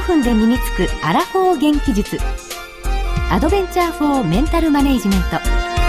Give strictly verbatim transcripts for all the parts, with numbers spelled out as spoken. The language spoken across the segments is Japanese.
ふんで身につくアラフォー元気術、アドベンチャーフォーメンタルマネージメント。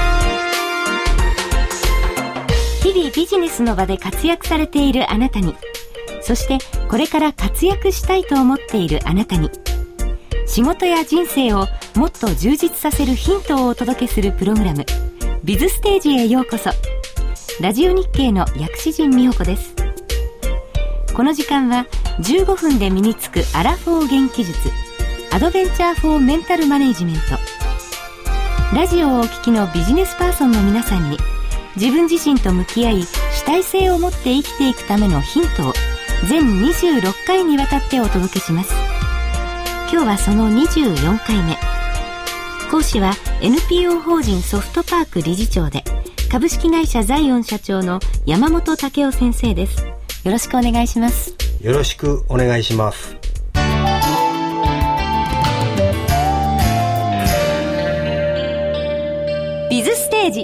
日々ビジネスの場で活躍されているあなたに、そしてこれから活躍したいと思っているあなたに、仕事や人生をもっと充実させるヒントをお届けするプログラム、ビズステージへようこそ。ラジオ日経の薬師陣美穂子です。この時間はじゅうごふんで身につくアラフォー元気術、アドベンチャーフォーメンタルマネージメント。ラジオをお聞きのビジネスパーソンの皆さんに、自分自身と向き合い主体性を持って生きていくためのヒントを全にじゅうろっかいにわたってお届けします。今日はそのにじゅうよんかいめ。講師は エヌピーオー 法人ソフトパーク理事長で株式会社ザイオン社長の山本武夫先生です。よろしくお願いします。 よろしくお願いします。 ビズステージ。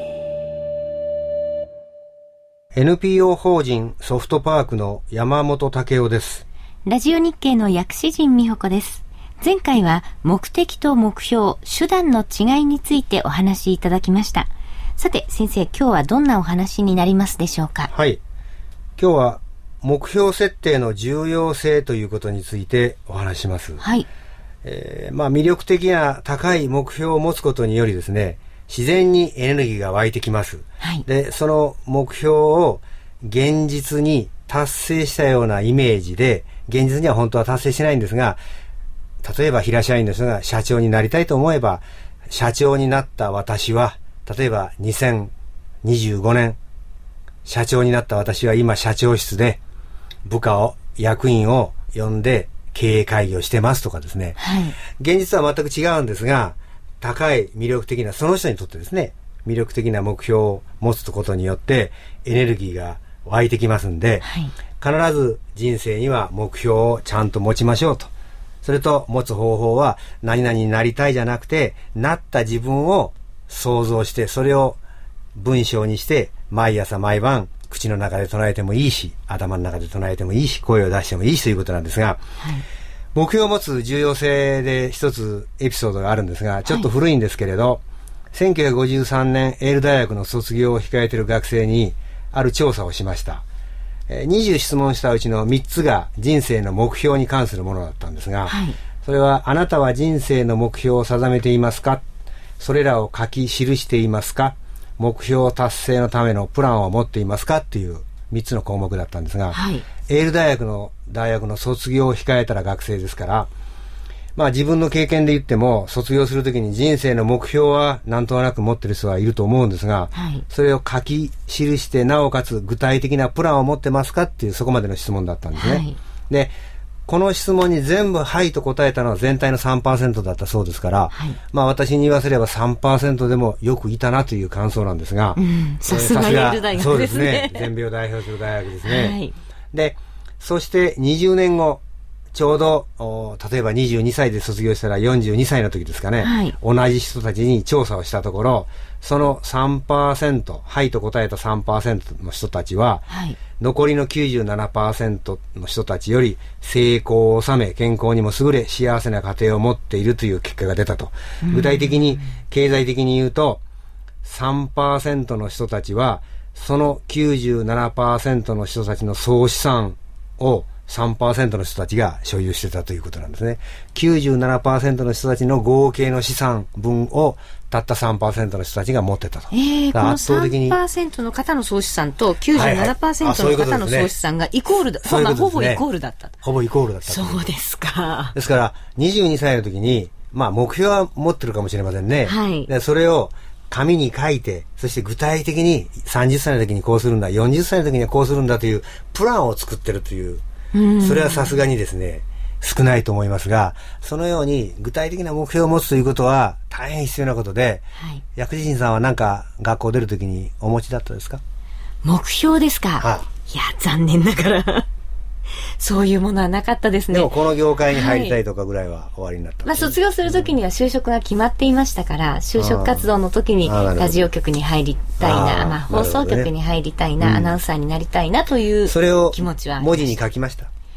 エヌピーオー 法人ソフトパークの山本武夫です。 ラジオ日経の薬師陣美穂子です。前回は目的と目標、手段の違いについてお話しいただきました。さて先生、今日はどんなお話になりますでしょうか。 はい、今日は目標設定の重要性ということについてお話しします。 はい。 えー、まあ魅力的な高い目標を持つことによりですね、自然にエネルギーが湧いてきます。 はい。 で、その目標を現実に達成したようなイメージで、現実には本当は達成しないんですが、例えば平社員の人が社長になりたいと思えば、社長になった私は、例えばにせんにじゅうごねん、社長になった私は今社長室で部下を、役員を呼んで経営会議をしてますとかですね。 はい。 現実は全く違うんですが、高い魅力的な、その人にとってですね、魅力的な目標を持つことによってエネルギーが湧いてきますんで、 はい、 必ず人生には目標をちゃんと持ちましょうと。それと持つ方法は何々になりたいじゃなくて、なった自分を想像して、それを文章にして毎朝毎晩口の中で唱えてもいいし、頭の中で唱えてもいいし、声を出してもいいしということなんですが、はい、目標を持つ重要性で一つエピソードがあるんですが、ちょっと古いんですけれど、はい、せんきゅうひゃくごじゅうさんねんエール大学の卒業を控えている学生にある調査をしました。にじゅう質問したうちのみっつが人生の目標に関するものだったんですが、はい、それは、あなたは人生の目標を定めていますか？それらを書き記していますか？目標達成のためのプランを持っていますか？っていうみっつの項目だったんですが、はい、エール大学の大学の卒業を控えたら学生ですから、まあ自分の経験で言っても、卒業するときに人生の目標はなんとなく持ってる人はいると思うんですが、はい、それを書き記して、なおかつ具体的なプランを持ってますかっていう、そこまでの質問だったんですね。はい、で、この質問に全部はいと答えたのは全体の さんパーセント だったそうですから、はい、まあ私に言わせれば さんパーセント でもよくいたなという感想なんですが、 うん、さすがエール大学ですね。 そうですね。全米を代表する大学ですね。はい、で、そしてにじゅうねんご、ちょうど例えばにじゅうにさいで卒業したらよんじゅうにさいの時ですかね、はい、同じ人たちに調査をしたところ、その さんパーセント、はいと答えた さんパーセント の人たちは、はい、残りの きゅうじゅうななパーセント の人たちより成功を収め、健康にも優れ、幸せな家庭を持っているという結果が出たと。具体的に、経済的に言うと さんパーセント の人たちはその きゅうじゅうななパーセント の人たちの総資産をさんパーセント の人たちが所有してたということなんですね。きゅうじゅうななパーセント の人たちの合計の資産分をたった さんパーセント の人たちが持ってたと。 えー、この さんパーセント の方の総資産と きゅうじゅうななパーセント の方の総資産がイコールだ、ほぼほぼイコールだった。 ほぼイコールだった。 そうですか。 ですからにじゅうにさいの時に、まあ目標は持ってるかもしれませんね。はい。でそれを紙に書いて、そして具体的にさんじゅっさいの時にこうするんだ、よんじゅっさいの時にはこうするんだというプランを作ってるという。それはさすがにですね、少ないと思いますが、そのように具体的な目標を持つということは大変必要なことで、はい、薬師陣さんは何か学校出るときにお持ちだったですか？ 目標ですか？はあ、いや残念ながらそういうものはなかったですね。 でもこの業界に入りたいとかぐらいは終わりになった、ね。はい、まあ卒業するときには就職が決まっていましたから、就職活動の時にラジオ局に入りたいな、あまあ、放送局に入りたいな、ね、アナウンサーになりたいなという気持ちはありました。 それを文字に書きました。 い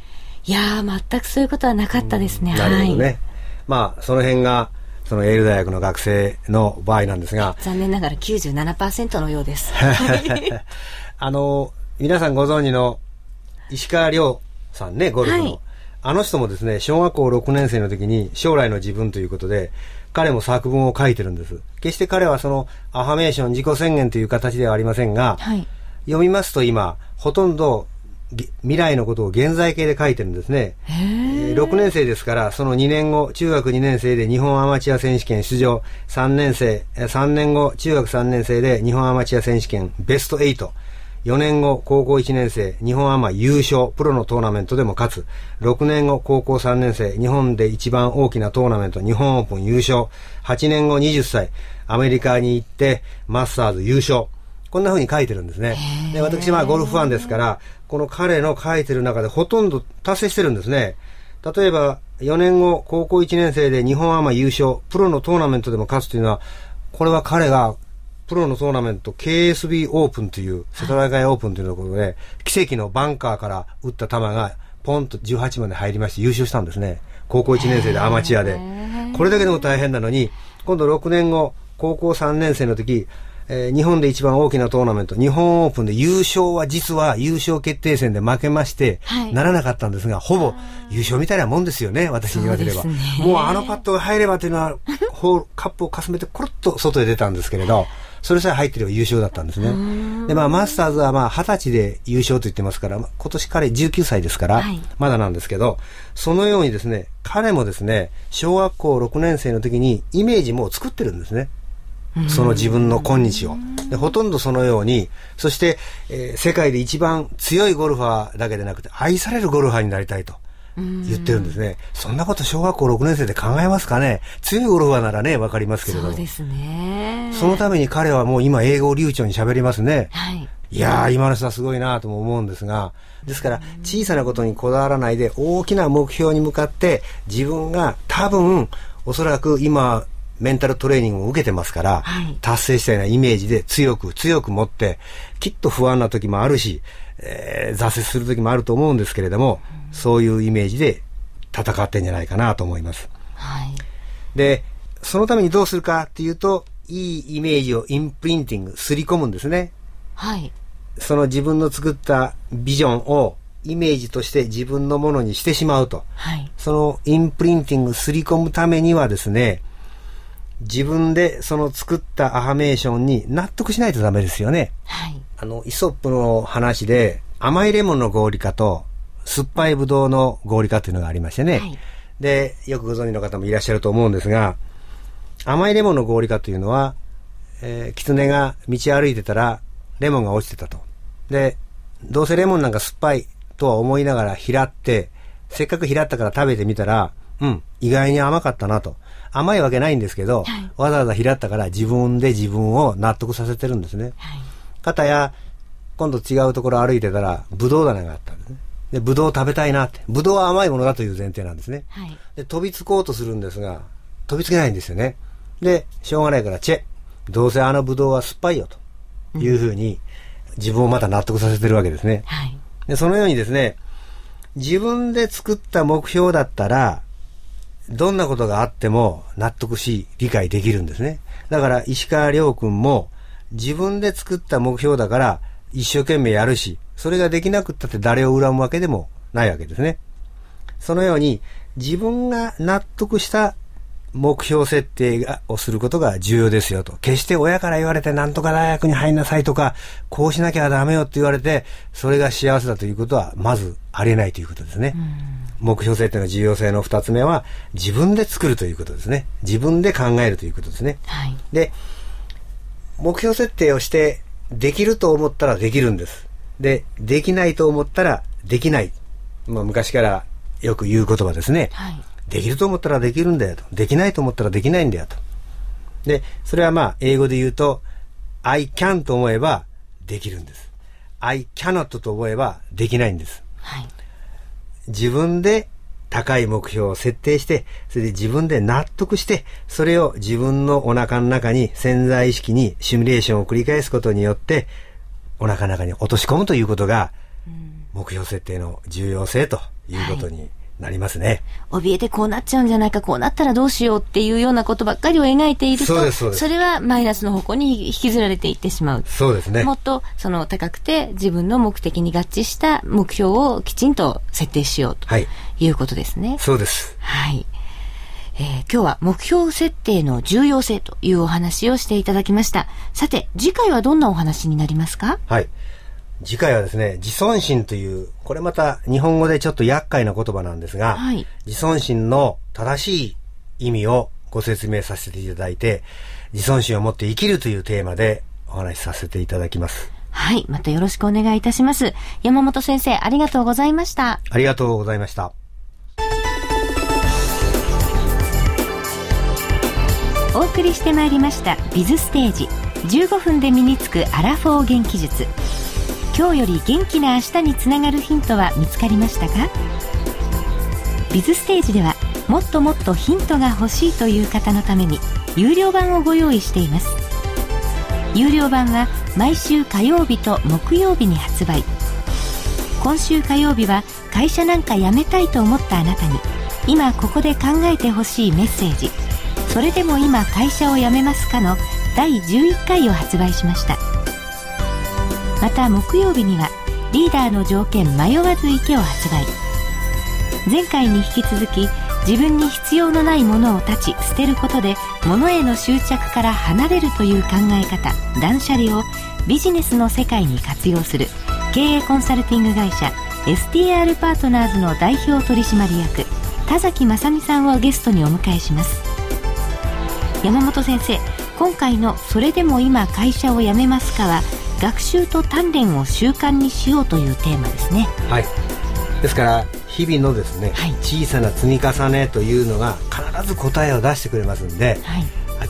いやー、全くそういうことはなかったですね。 うん、なるほどね。 はい、 まあその辺がそのエール大学の学生の場合なんですが、 残念ながら きゅうじゅうななパーセント のようです。 あの皆さんご存知の石川遼さんね、ゴルフの、はい、あの人もですね、小学校ろくねん生の時に将来の自分ということで彼も作文を書いてるんです。決して彼はそのアファメーション、自己宣言という形ではありませんが、はい、読みますと今ほとんど未来のことを現在形で書いてるんですね。えー、ろくねん生ですから、そのにねんご、中学にねん生で日本アマチュア選手権出場、さんねん生、さんねんご、中学さんねん生で日本アマチュア選手権ベストはち、よねんご、高校いちねん生、日本アマ優勝、プロのトーナメントでも勝つ、ろくねんご、高校さんねん生、日本で一番大きなトーナメント、日本オープン優勝、はちねんご、はたち、アメリカに行ってマスターズ優勝、こんな風に書いてるんですね。で、私はゴルフファンですから、この彼の書いてる中でほとんど達成してるんですね。例えばよねんご、高校いちねん生で日本アマ優勝、プロのトーナメントでも勝つというのは、これは彼がプロのトーナメント ケーエスビー オープンという世田谷オープンというところで、奇跡のバンカーから打った球がポンとじゅうはちまで入りまして優勝したんですね。高校いちねん生でアマチュアで。これだけでも大変なのに、今度ろくねんご、高校さんねん生の時、えー、日本で一番大きなトーナメント、日本オープンで優勝は実は優勝決定戦で負けまして、はい、ならなかったんですが、ほぼ優勝みたいなもんですよね、私に言わせれば。ね、もうあのパットが入ればというのは、ホール、カップをかすめてコロッと外へ出たんですけれど、それさえ入ってれば優勝だったんですね。で、まあ、マスターズはまあ、はたちで優勝と言ってますから、今年彼じゅうきゅうさいですから、はい、まだなんですけど、そのようにですね、彼もですね、小学校ろくねん生の時にイメージもう作ってるんですね。その自分の今日を。で、ほとんどそのように、そして、えー、世界で一番強いゴルファーだけでなくて、愛されるゴルファーになりたいと言ってるんですね。そんなこと小学校ろくねん生で考えますかね。強いゴルファーならね、わかりますけれども。 そうですね。 そのために彼はもう今英語を流暢に喋りますね。 はい。 いやー、今の人はすごいなとも思うんですが、ですから小さなことにこだわらないで大きな目標に向かって自分が多分おそらく今メンタルトレーニングを受けてますから、はい、達成したようなイメージで強く強く持って、きっと不安な時もあるし、えー、挫折する時もあると思うんですけれども、うん、そういうイメージで戦ってんじゃないかなと思います。 はい、 で、そのためにどうするかっていうと、いいイメージをインプリンティング、すり込むんですね。 はい。 その自分の作ったビジョンをイメージとして自分のものにしてしまうと。 はい。 そのインプリンティング、すり込むためにはですね、自分でその作ったアファメーションに納得しないとダメですよね。 はい。 あの、イソップの話で、甘いレモンの合理化と酸っぱいブドウの合理化というのがありましてね。はい。で、よくご存知の方もいらっしゃると思うんですが、甘いレモンの合理化というのは、えー、狐が道歩いてたらレモンが落ちてたと。で、どうせレモンなんか酸っぱいとは思いながら拾って、せっかく拾ったから食べてみたら、うん、意外に甘かったなと。甘いわけないんですけど、はい、わざわざ拾ったから自分で自分を納得させてるんですね。 はい、 かたや、今度違うところ歩いてたら、ブドウ棚があったんですね。で、ブドウ食べたいなって。ブドウは甘いものだという前提なんですね。 はい、 で、飛びつこうとするんですが、飛びつけないんですよね。で、しょうがないから、チェ、どうせあのブドウは酸っぱいよというふうに、自分をまた納得させてるわけですね。 はい、 で、そのようにですね、自分で作った目標だったら、どんなことがあっても納得し理解できるんですね。だから石川遼君も自分で作った目標だから一生懸命やるし、それができなくったって誰を恨むわけでもないわけですね。そのように自分が納得した目標設定がをすることが重要ですよと。決して親から言われてなんとか大学に入んなさいとか、こうしなきゃダメよって言われてそれが幸せだということはまずありえないということですね。目標設定の重要性の二つ目は自分で作るということですね。自分で考えるということですね。 はい、 で、目標設定をしてできると思ったらできるんです。で、できないと思ったらできない。まあ、昔からよく言う言葉ですね。 はい、 できると思ったらできるんだよと。できないと思ったらできないんだよと。で、それはまあ英語で言うと I can と思えばできるんです。I cannot と思えばできないんです。 はい、 自分で高い目標を設定して、それで自分で納得して、それを自分のお腹の中に潜在意識にシミュレーションを繰り返すことによって、お腹の中に落とし込むということが目標設定の重要性ということになりますね。 はい、怯えてこうなっちゃうんじゃないか、こうなったらどうしようっていうようなことばっかりを描いていると、 そうですそうです。 それはマイナスの方向に引きずられていってしまう。 そうですね。 もっとその高くて自分の目的に合致した目標をきちんと設定しようということですね。 はい、そうです。 はい。えー、今日は目標設定の重要性というお話をしていただきました。さて、次回はどんなお話になりますか？ はい。次回はですね、自尊心という、これまた日本語でちょっと厄介な言葉なんですが、はい、自尊心の正しい意味をご説明させていただいて、自尊心を持って生きるというテーマでお話しさせていただきます。 はい。またよろしくお願いいたします。山本先生、ありがとうございました。 ありがとうございました。 お送りしてまいりましたビズステージじゅうごふんで身につくアラフォー元気術。今日より元気な明日につながるヒントは見つかりましたか？ビズステージではもっともっとヒントが欲しいという方のために有料版をご用意しています。有料版は毎週火曜日と木曜日に発売。今週火曜日は会社なんか辞めたいと思ったあなたに今ここで考えてほしいメッセージ、それでも今会社を辞めますかのだいじゅういっかいを発売しました。また木曜日にはリーダーの条件迷わず行けを発売。前回に引き続き自分に必要のないものを断ち捨てることで物への執着から離れるという考え方断捨離をビジネスの世界に活用する経営コンサルティング会社 エスティーアール パートナーズの代表取締役田崎正美さんをゲストにお迎えします。山本先生、今回のそれでも今会社を辞めますかは学習と鍛錬を習慣にしようというテーマですね。 はい。ですから日々のですね、はい、小さな積み重ねというのが必ず答えを出してくれますんで、はい、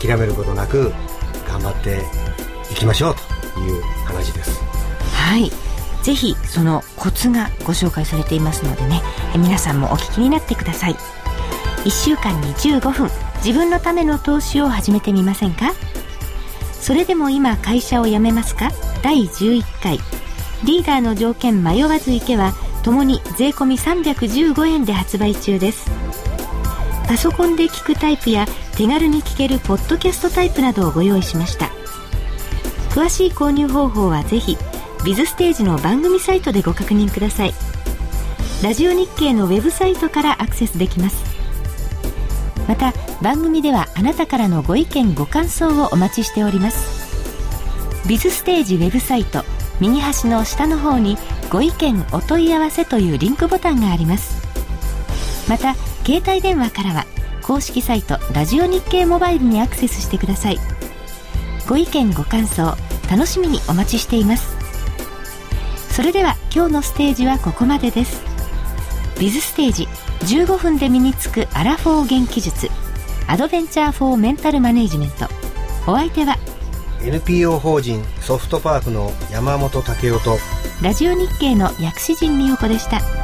諦めることなく頑張っていきましょうという話です。 はい。ぜひそのコツがご紹介されていますのでね、皆さんもお聞きになってください。いっしゅうかんにじゅうごふん、自分のための投資を始めてみませんか？それでも今会社を辞めますかだいじゅういっかい、リーダーの条件迷わず行けはともに税込みさんびゃくじゅうごえんで発売中です。パソコンで聞くタイプや手軽に聞けるポッドキャストタイプなどをご用意しました。詳しい購入方法はぜひビズステージの番組サイトでご確認ください。ラジオ日経のウェブサイトからアクセスできます。また番組ではあなたからのご意見ご感想をお待ちしております。ビズステージウェブサイト右端の下の方にご意見お問い合わせというリンクボタンがあります。また携帯電話からは公式サイトラジオ日経モバイルにアクセスしてください。ご意見ご感想楽しみにお待ちしています。それでは今日のステージはここまでです。ビズステージじゅうごふんで身につくアラフォー元気術、アドベンチャーフォーメンタルマネジメント。お相手はエヌピーオー 法人ソフトパークの山本武雄とラジオ日経の薬師陣美代子でした。